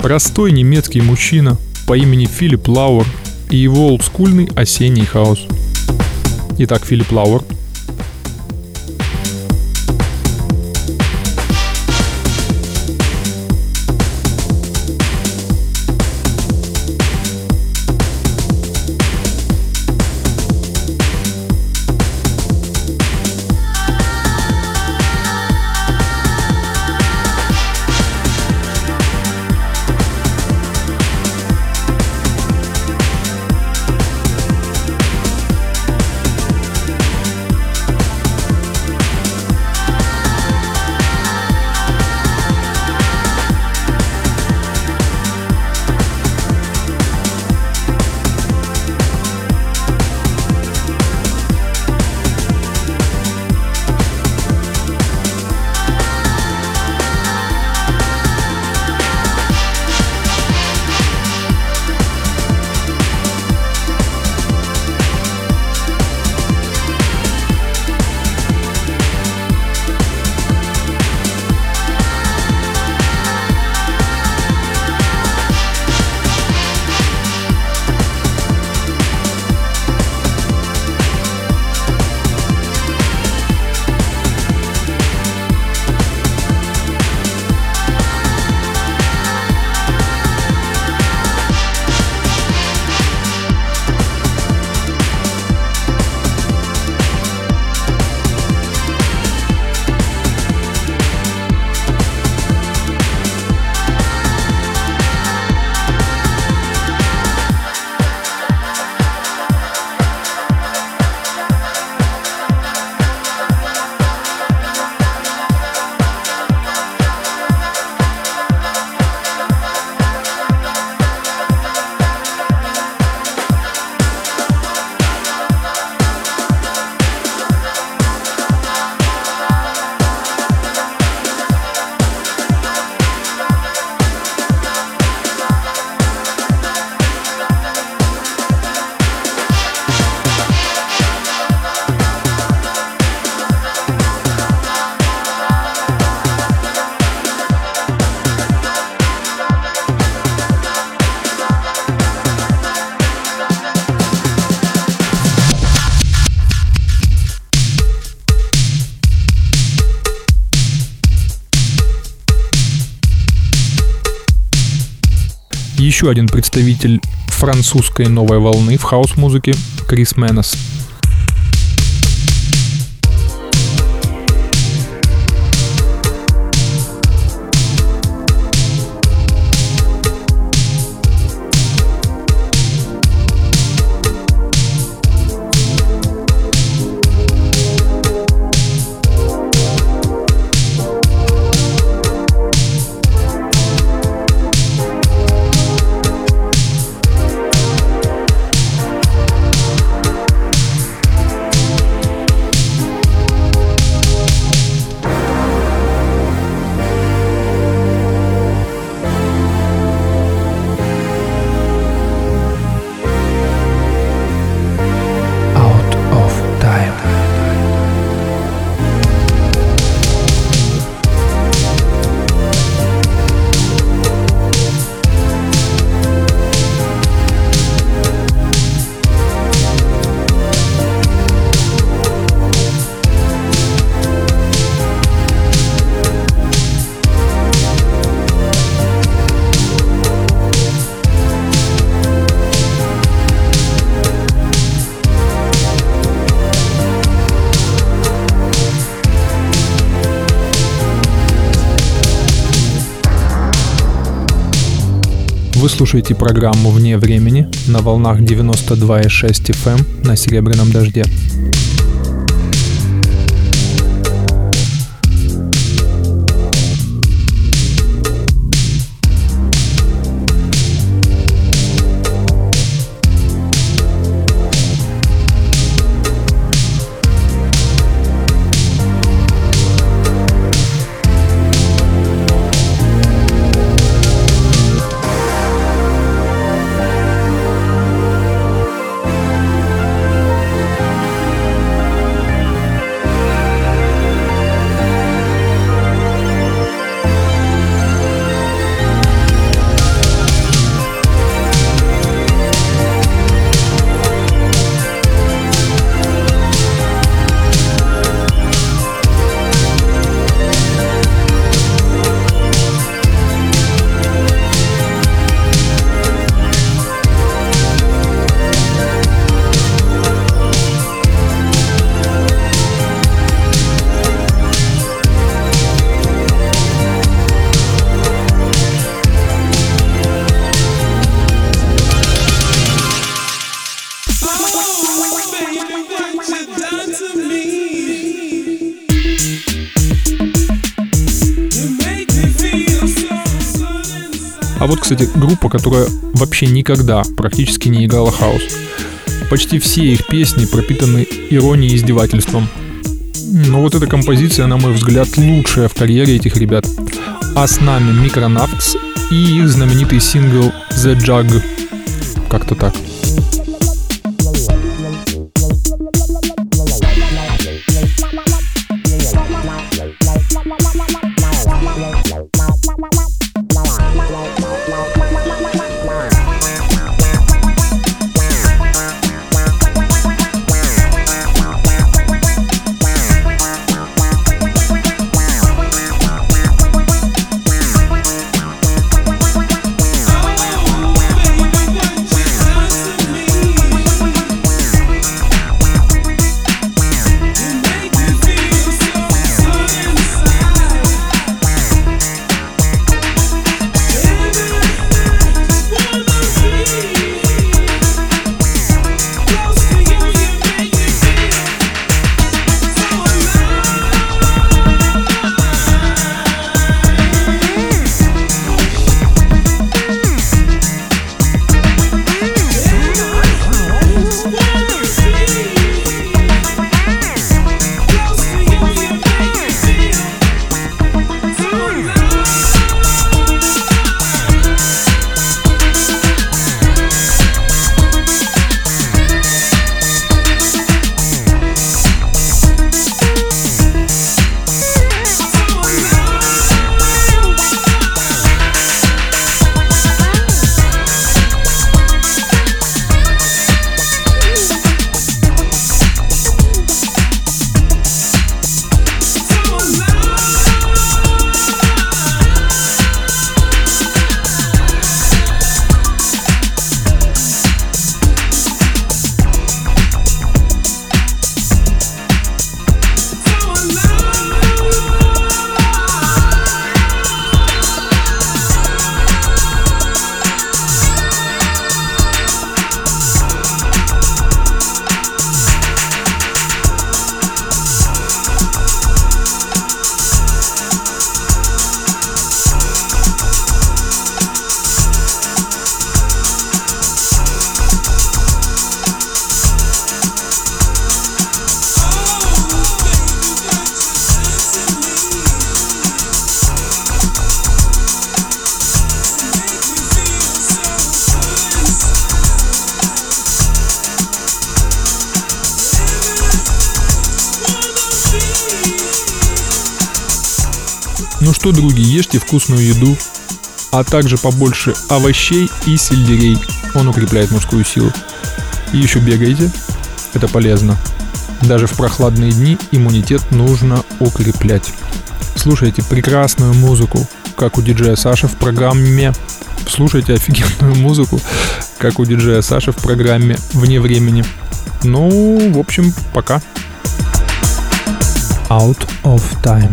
Простой немецкий мужчина по имени Филипп Лауэр и его олдскульный осенний хаос. Итак, Филипп Лауэр. Еще один представитель французской новой волны в хаус-музыке — Крис Менос. Вы слушаете программу «Вне времени» на волнах девяносто два и шесть эф эм на Серебряном дожде. А вот, кстати, группа, которая вообще никогда практически не играла хаус. Почти все их песни пропитаны иронией и издевательством. Но вот эта композиция, на мой взгляд, лучшая в карьере этих ребят. А с нами Micronauts и их знаменитый сингл The Jug. Как-то так. Ну что, други, ешьте вкусную еду, а также побольше овощей и сельдерей. Он укрепляет мужскую силу. И еще бегайте, это полезно. Даже в прохладные дни иммунитет нужно укреплять. Слушайте прекрасную музыку, как у диджея Саши в программе. Слушайте офигенную музыку, как у диджея Саши в программе «Вне времени». Ну, в общем, пока. Out of time.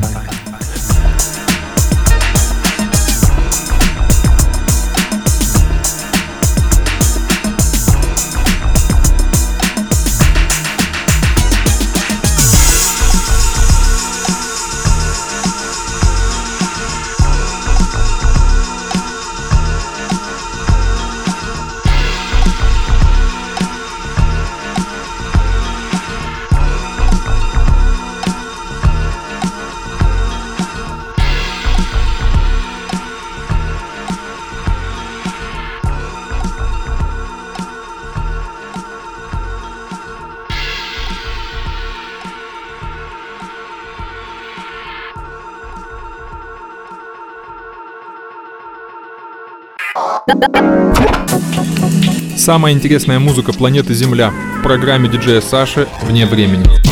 Самая интересная музыка планеты Земля в программе диджея Саши «Вне времени».